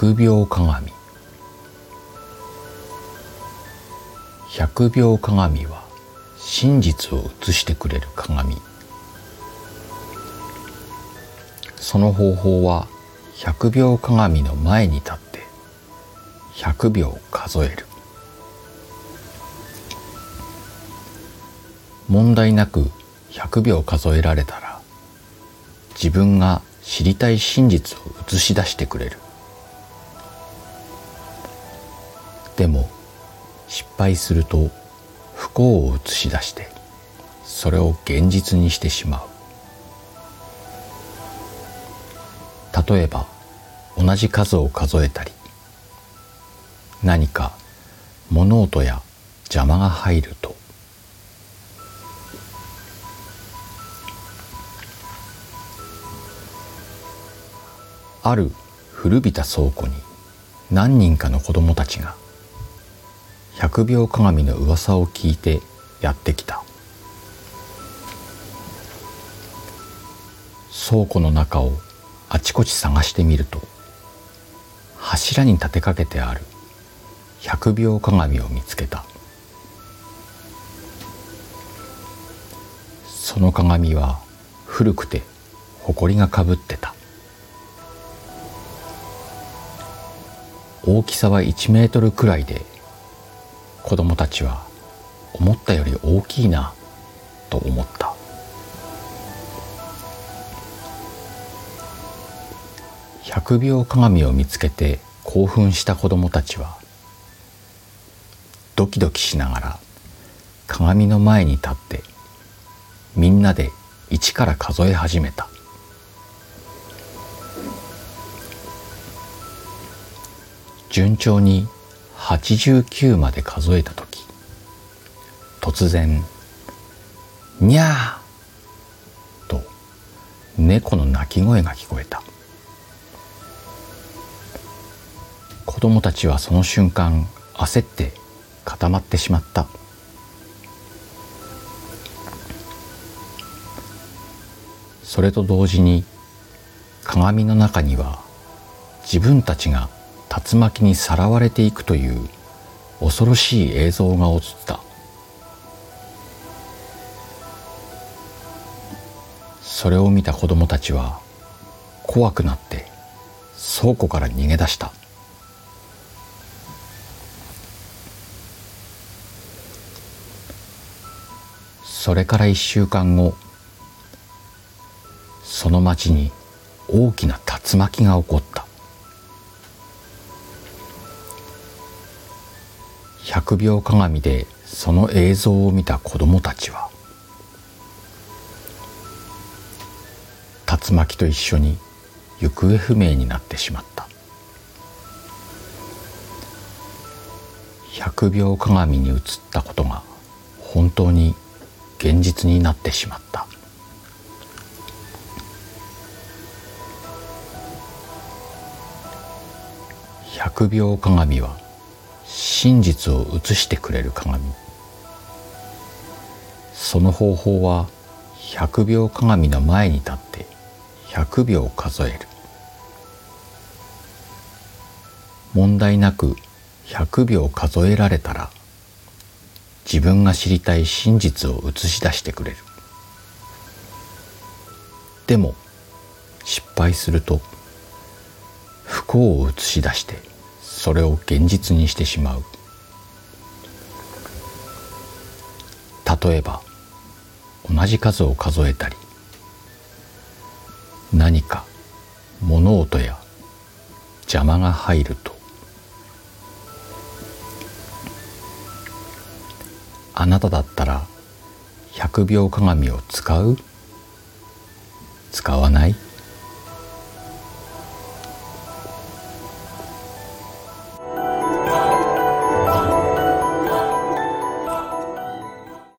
100秒鏡。100秒鏡は真実を映してくれる鏡。その方法は100秒鏡の前に立って100秒数える。問題なく100秒数えられたら自分が知りたい真実を映し出してくれる。でも失敗すると不幸を映し出してそれを現実にしてしまう。例えば同じ数を数えたり、何か物音や邪魔が入ると、ある古びた倉庫に何人かの子供たちが100秒鏡の噂を聞いてやってきた。倉庫の中をあちこち探してみると、柱に立てかけてある100秒鏡を見つけた。その鏡は古くて埃がかぶってた。大きさは1メートルくらいで、子供たちは思ったより大きいなと思った。100秒鏡を見つけて興奮した子供たちはドキドキしながら鏡の前に立ってみんなで1から数え始めた。順調に89まで数えたとき、突然にゃーと猫の鳴き声が聞こえた。子供たちはその瞬間焦って固まってしまった。それと同時に鏡の中には自分たちが竜巻にさらわれていくという恐ろしい映像が映った。それを見た子供たちは怖くなって倉庫から逃げ出した。それから1週間後、その町に大きな竜巻が起こった。100秒鏡でその映像を見た子供たちは竜巻と一緒に行方不明になってしまった。100秒鏡に映ったことが本当に現実になってしまった。100秒鏡は真実を映してくれる鏡。その方法は100秒鏡の前に立って100秒数える。問題なく100秒数えられたら自分が知りたい真実を映し出してくれる。でも失敗すると不幸を映し出してそれを現実にしてしまう。例えば同じ数を数えたり、何か物音や邪魔が入ると、あなただったら100秒鏡を使う？使わない？